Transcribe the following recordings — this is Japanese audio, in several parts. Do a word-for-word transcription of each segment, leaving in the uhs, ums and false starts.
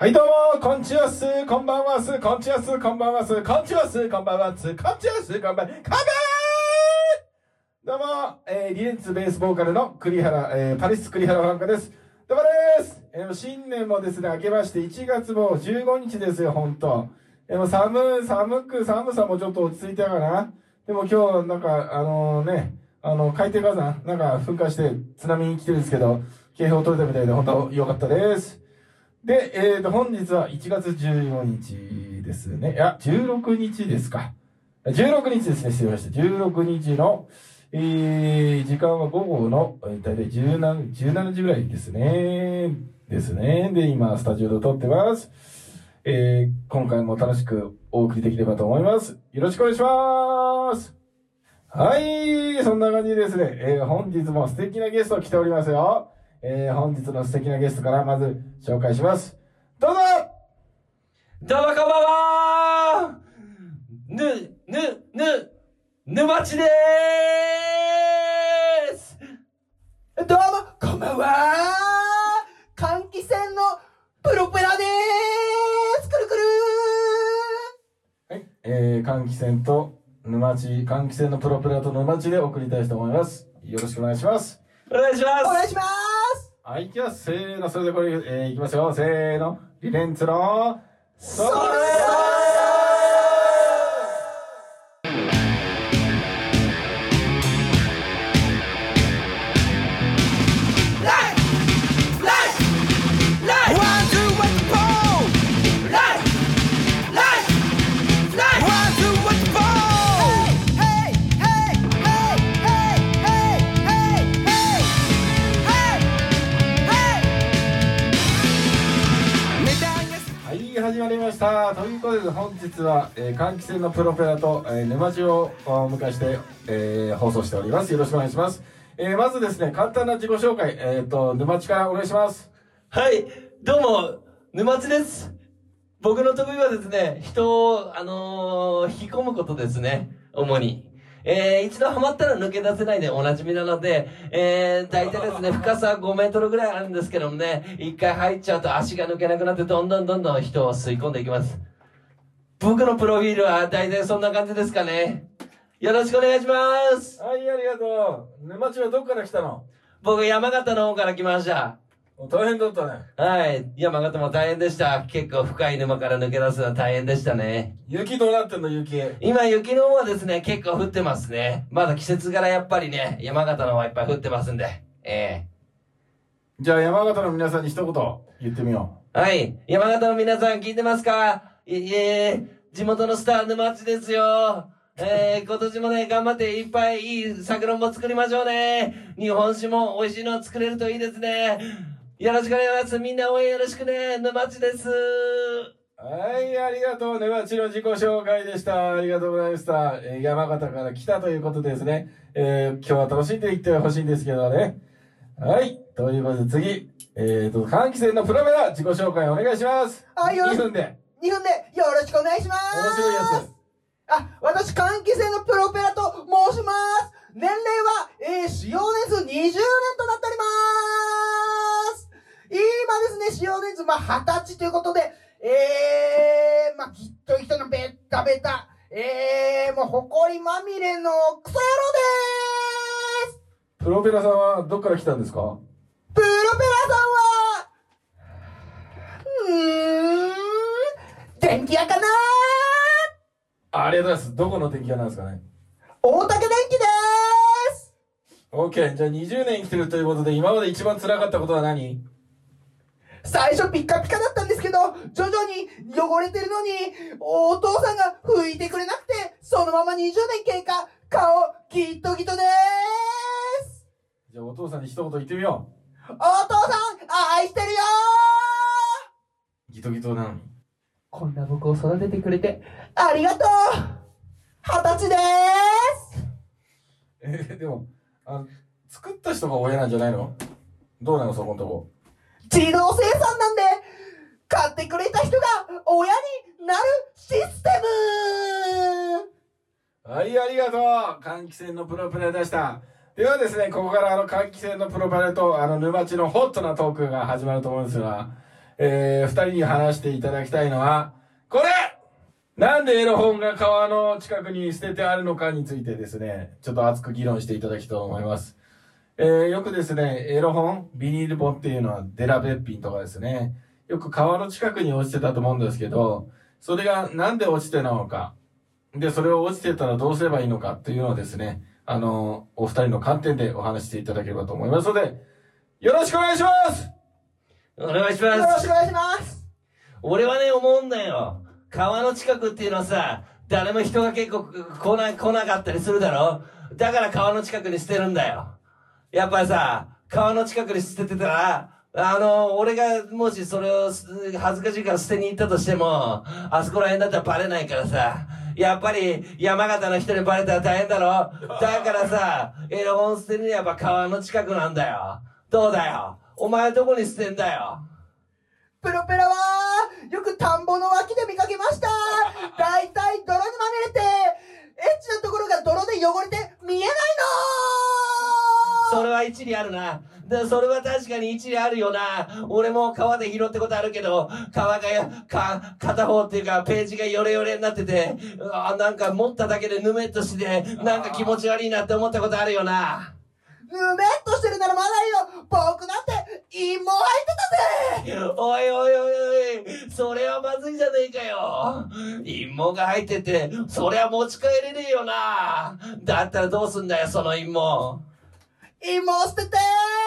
はいどうも、こんちはっす、こんばんはっす、こんちはっす、こんばんはっす、こんちはっす、こんばんはっす、こんちはっす、こんばんは、こんばんはどうも、えー、リレッツベースボーカルの栗原、えー、パリス栗原フランカです。どうもです。えー、新年もですね、明けましていちがつもじゅうごにちですよ、ほんと。えー、もう寒、寒く、寒さもちょっと落ち着いたかな。でも今日、なんか、あのー、ね、あの、海底火山、なんか噴火して津波に来てるんですけど、警報取れたみたいで、本当良かったです。で、えーと、本日はいちがつじゅうよっかですね。いや、じゅうろくにちですか。じゅうろくにちですね、失礼しました。じゅうろくにちの、えー、時間は午後の、えー、大体じゅうなな、じゅうしちじぐらいですね。ですね。で、今、スタジオで撮ってます。えー、今回も楽しくお送りできればと思います。よろしくお願いします。はい、そんな感じでですね、えー、本日も素敵なゲスト来ておりますよ。えー、本日の素敵なゲストからまず紹介します。どうぞ。 どうもこんばんは。ぬ、ぬ、ぬ、ぬまちでーす。 どうもこんばんは。換気扇のプロペラでーす。くるくるー。はい、えー、換気扇と沼地、換気扇のプロペラと沼地で送りたいと思います。よろしくお願いします。 お願いします。 お願いします。 はい、じゃあ、せーの、それでこれ、えー、いきますよ。せーの。リレンツの、 それそれ始まりました。ということで本日は、えー、換気扇のプロペラと、えー、沼地をお迎えして、えー、放送しております。よろしくお願いします。えー、まずですね、簡単な自己紹介、えっ、ー、と、沼地からお願いします。 はい、どうも、沼地です。僕の得意はですね、人を、あのー、引き込むことですね、主に。えー、一度ハマったら抜け出せないでおなじみなので、えー、大体ですね、深さごメートルぐらいあるんですけどもね、一回入っちゃうと足が抜けなくなってどんどんどんどん人を吸い込んでいきます。僕のプロフィールは大体そんな感じですかね。よろしくお願いします。 はい、ありがとう。沼地はどこから来たの？ 僕、山形の方から来ました。 大変だったね。 はい。山形も大変でした。結構深い沼から抜け出すのは大変でしたね。 雪どうなってんの？雪。 今雪の方はですね、結構降ってますね。まだ季節柄やっぱりね、山形の方はいっぱい降ってますんで。ええー。じゃあ山形の皆さんに一言言ってみよう。はい。山形の皆さん聞いてますか？いえー、地元のスター沼地ですよ。えー、今年もね、頑張っていっぱいいい酒飲も作りましょうね。日本酒も美味しいの作れるといいですね。よろしくお願いします。みんな応援よろしくね。沼地です。 はい、ありがとう。沼地の自己紹介でした。ありがとうございました。えー、山形から来たということですね。えー、今日は楽しんでいってほしいんですけどね。はい。ということで次、えーと、換気扇のプロペラ、自己紹介お願いします。 はい、よろしく。 にふんで。 にふんでよろしくお願いします。 面白いやつ。 あ、私、換気扇のプロペラと申します。年齢は、えー、使用年数にじゅうねんとなっております。今ですね、使用年数、まあ、はたちということで、えー、まあ、きっとい人のベッタベタ、えー、もう、ほこりまみれのクソ野郎でーす。 プロペラさんはどっから来たんですか？ プロペラさんは、うーん、電気屋かなー。 ありがとうございます。どこの電気屋なんですかね？ 大竹電気でーす。 オーケー。じゃあにじゅうねん生きてるということで、今まで一番辛かったことは何？ 最初ピッカピカだったんですけど、徐々に汚れてるのに、お父さんが拭いてくれなくて、そのままにじゅうねん経過、顔、ギトギトでーす。 じゃあお父さんに一言言ってみよう。お父さん、愛してるよー。ギトギトなのに。 こんな僕を育ててくれて、ありがとう。二十歳でーす。 えー、でも、あの、作った人が親なんじゃないの？どうなのそこのとこ。 自動生産なんで、買ってくれた人が親になるシステム。 はい、ありがとう。換気扇のプロペラでした。ではですね、ここからあの換気扇のプロペラとあの沼地のホットなトークが始まると思うんですが、 えー、二人に話していただきたいのは、これなんでエロ本が川の近くに捨ててあるのかについてですね、ちょっと熱く議論していただきたいと思います。えー、よくですね、エロ本、ビニール本っていうのはデラベッピンとかですね、よく川の近くに落ちてたと思うんですけど、それがなんで落ちてなのか、で、それを落ちてたらどうすればいいのかっていうのをですね、あの、お二人の観点でお話していただければと思いますので、よろしくお願いします。 お願いします。 よろしくお願いします。 俺はね、思うんだよ。川の近くっていうのはさ、誰も人が結構来な、来なかったりするだろ。だから川の近くに捨てるんだよ。やっぱりさ、川の近くに捨ててたら、あの、俺がもしそれを恥ずかしいから捨てに行ったとしても、あそこら辺だったらバレないからさ、やっぱり山形の人にバレたら大変だろ。だからさ、エロ本捨てるにはやっぱ川の近くなんだよ。どうだよ。お前どこに捨てんだよ。 プロペラはよく田んぼの脇で見かけました。だいたい泥にまみれて、エッチなところが泥で汚れて見えないの。 それは一理あるな。で、それは確かに一理あるよな。俺も川で拾ったことあるけど、川が、か、片方っていうか、ページがヨレヨレになってて、あ、なんか持っただけでぬめっとして、なんか気持ち悪いなって思ったことあるよな。 ぬめっとしてるならまだいいよ。僕なんて陰謀入ってたぜ。 おいおいおいおい、それはまずいじゃねえかよ。陰謀が入ってて、それは持ち帰れねえよな。だったらどうすんだよ、その陰謀。 陰謀捨てて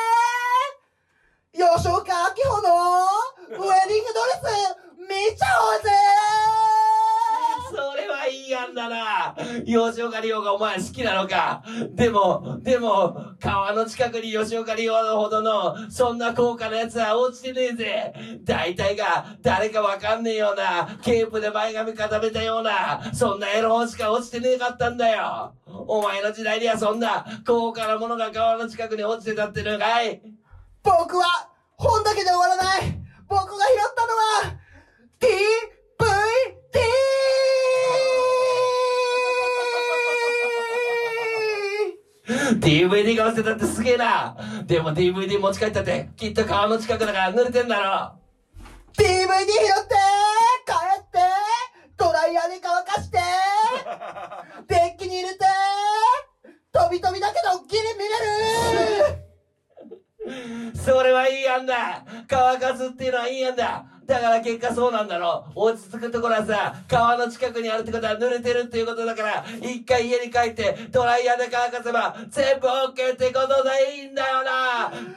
ー。吉岡明穂のウェディングドレス見ちゃおうぜー。それはいい案だな。吉岡里帆がお前好きなのか。でも、でも、川の近くに吉岡里帆のほどの、そんな高価なやつは落ちてねえぜ。大体が誰かわかんねえような、ケープで前髪固めたような、そんなエロ本しか落ちてねえかったんだよ。お前の時代にはそんな高価なものが川の近くに落ちてたってのかい。 僕は本だけで終わらない。僕が拾ったのは ディーブイディーディーブイディー が落ちてたってすげえな。でも ディーブイディー 持ち帰ったってきっと川の近くだから濡れてんだろ。 ディーブイディー 拾って帰ってドライヤーで乾かしてデッキに入れて飛び飛びだけどギリ見れる。 それはいい案だ。乾かすっていうのはいい案だ。だから結果そうなんだろう。落ち着くところはさ、川の近くにあるってことは濡れてるっていうことだから、一回家に帰ってドライヤーで乾かせば全部 OK ってことでいいんだよな。 いいよー。イ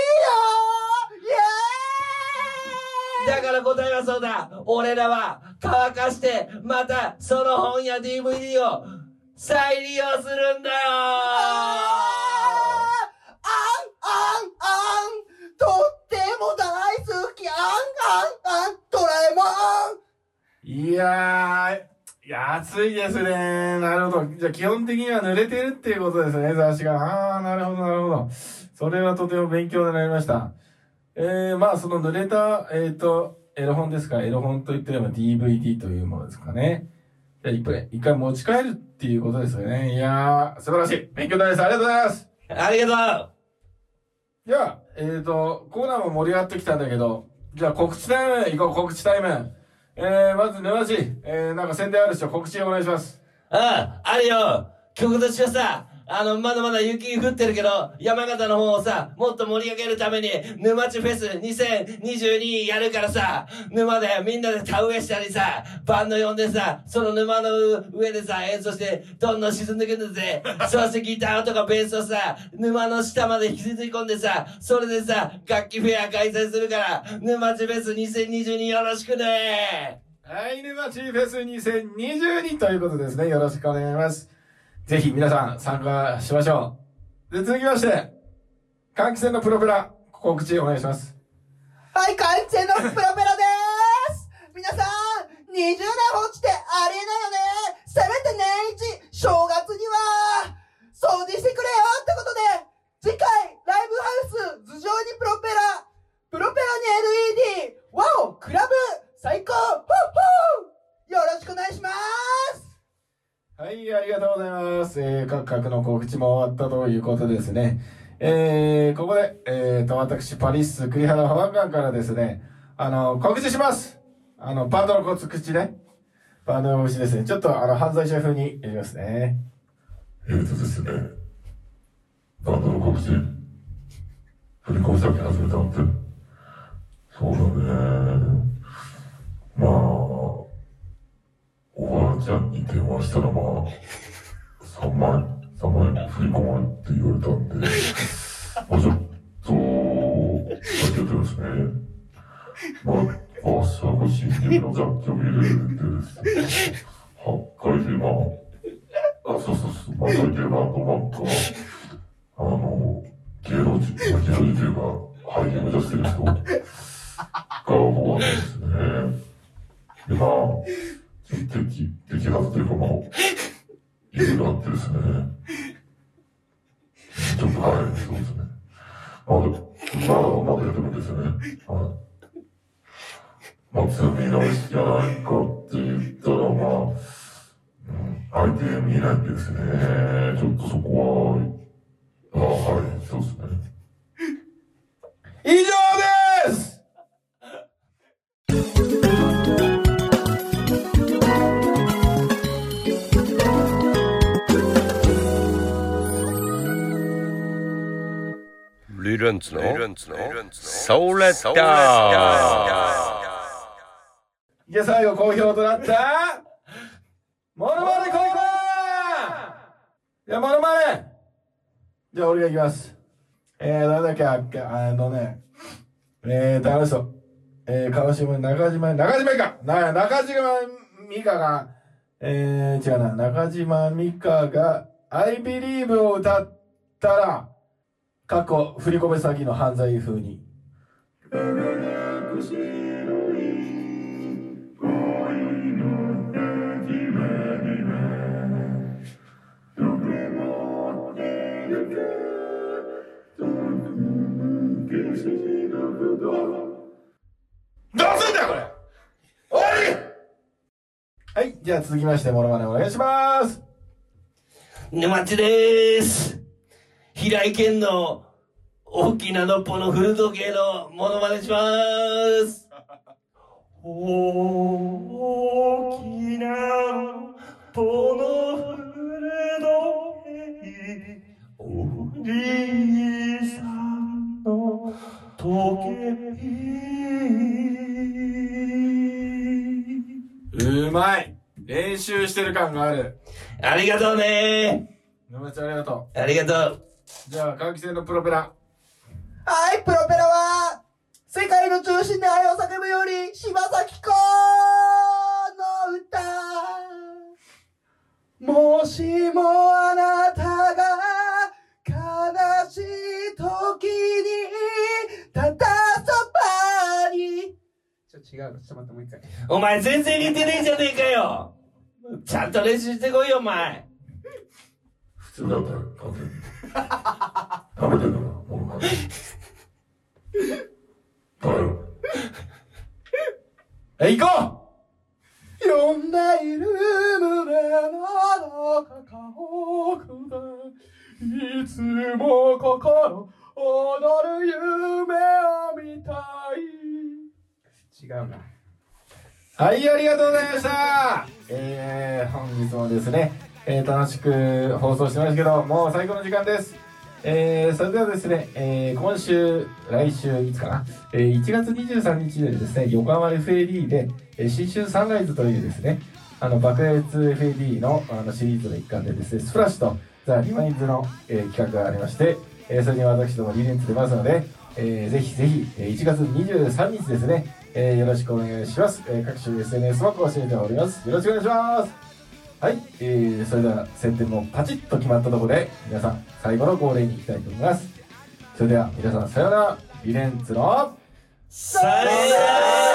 エーイ。 だから答えはそうだ。俺らは乾かしてまたその本や ディーブイディー を再利用するんだよ。 あーあんあんあんとっても大好き。あんあんあんドラえもん。 いやー、いや、暑いですね。なるほど。じゃあ基本的には濡れてるっていうことですね、雑誌が。あー、なるほど、なるほど。それはとても勉強になりました。えー、まあその濡れた、えっと、エロ本ですか。エロ本と言ってれば ディーブイディー というものですかね。じゃあ一回、一回持ち帰るっていうことですよね。いやー、素晴らしい。勉強になりました。ありがとうございます。 ありがとう。 じゃあ、えっと、コーナーも盛り上がってきたんだけど、じゃあ告知タイム、行こう、告知タイム。えー、まず、沼地、えー、なんか宣伝ある人、告知お願いします。 ああ、あるよ。曲としてはさ、あの、まだまだ雪降ってるけど、山形の方をさ、もっと盛り上げるために、沼地フェスにせんにじゅうにやるからさ、沼でみんなで田植えしたりさ、バンド呼んでさ、その沼の上でさ、演奏して、どんどん沈んでくんだぜ。そしてギターとかベースをさ、沼の下まで引きずり込んでさ、それでさ、楽器フェア開催するから、沼地フェスにせんにじゅうによろしくね。 はい、沼地フェスにせんにじゅうにということですね。よろしくお願いします。ぜひ皆さん参加しましょう。で、続きまして、換気扇のプロペラ、告知お願いします。 はい、換気扇のプロペラでーす。皆さん、にじゅうねん放置ってありえないよね。せめて年一、正月には、掃除してくれよってことで、次回、ライブハウス、頭上にプロペラ、プロペラに エルイーディー、ワオ、クラブ、最高、フーフーよろしくお願いします。 はい、ありがとうございます。えー、各々の告知も終わったということですね。えー、ここで、えーと、私、パリッス栗原保安官からですね、 あの、告知します。あの、バンドの告知ね。バンドの告知ですね。ちょっと、あの、犯罪者風にやりますね。 えーとですね、バンドの告知、振り込み先始めたって。そうだね。まあ、おばあちゃんに電話したらまあ、さんまん、さんまんえん振り込まれって言われたんで、まあちょっと、だけどですね、まあ、朝ご新宿の雑居ビルでですね、はちかいでまあ、あ、そうそうそう、まあ大体まあごまんか、あの、芸能人、芸能人というか、俳優目指してる人が多かったですね。で、まあ、敵、敵だというかまあ、いろいろあってですね。ちょっとはい、そうですね。まだ、まだ、まだやってるんですよね。はい。まあ、罪の意識じゃないかって言ったら、まあ、うん、相手見えないんですね。ちょっとそこは、ああ、はい、そうですね。 以上です。 リレンツのソーレッダー。 じゃあ最後好評となったモノマネコーナー。じゃあモノマネ。じゃあ俺が行きます。えー、誰だっけ、あっけ、あのね、えーと、あの人、えー、鹿児島、中島、中島美香な、中島美香が、えー、違うな、中島美香が、I Believe を歌ったら、過去、振り込め詐欺の犯罪風に。どうすんだよこれ。終わり。はい、じゃあ続きましてモノマネお願いします。 沼地でーす。平井堅の大きなのっぽの古時計のモノマネしまーす。大きなのっぽの古時計、おじいさんの時計。 うまい。練習してる感がある。 ありがとうねー。沼ちゃんありがとー。ありがとう。 う。じゃあ換気扇のプロペラ。 はい、プロペラは、世界の中心で愛を叫ぶより、柴咲コウの歌。もしもあなたが悲しい時に、ただそばに。ちょっと違うの、ちょっと待って、もう一回。 お前全然似てねえじゃねえかよ。ちゃんと練習してこいよ、お前。 普通だったら、食べてる。食べてるから、もうまい。食べろ。 え、行こう。 呼んでいる胸の中か奥で、いつも心踊る夢を見たい。違うな。 はい、ありがとうございました。えー、本日もですね、えー、楽しく放送してますけど、もう最後の時間です。えー、それではですね、えー、今週、来週、いつかな、えー、いちがつにじゅうさんにちでですね、横浜 エフエーディー で、えー、新春サンライズというですね、あの、爆裂 エフエーディー のあのシリーズの一環でですね、スプラッシュとザ・リマインズの、えー、企画がありまして、えー、それに私どもリレンツ出ますので、えー、ぜひぜひ、えー、いちがつにじゅうさんにちですね、えー、よろしくお願いします。えー、各種 エスエヌエス も更新しております。よろしくお願いします。はい、えー、それでは宣伝もパチッと決まったところで皆さん最後の号令に行きたいと思います。それでは皆さんさようなら。リレンツのさよなら。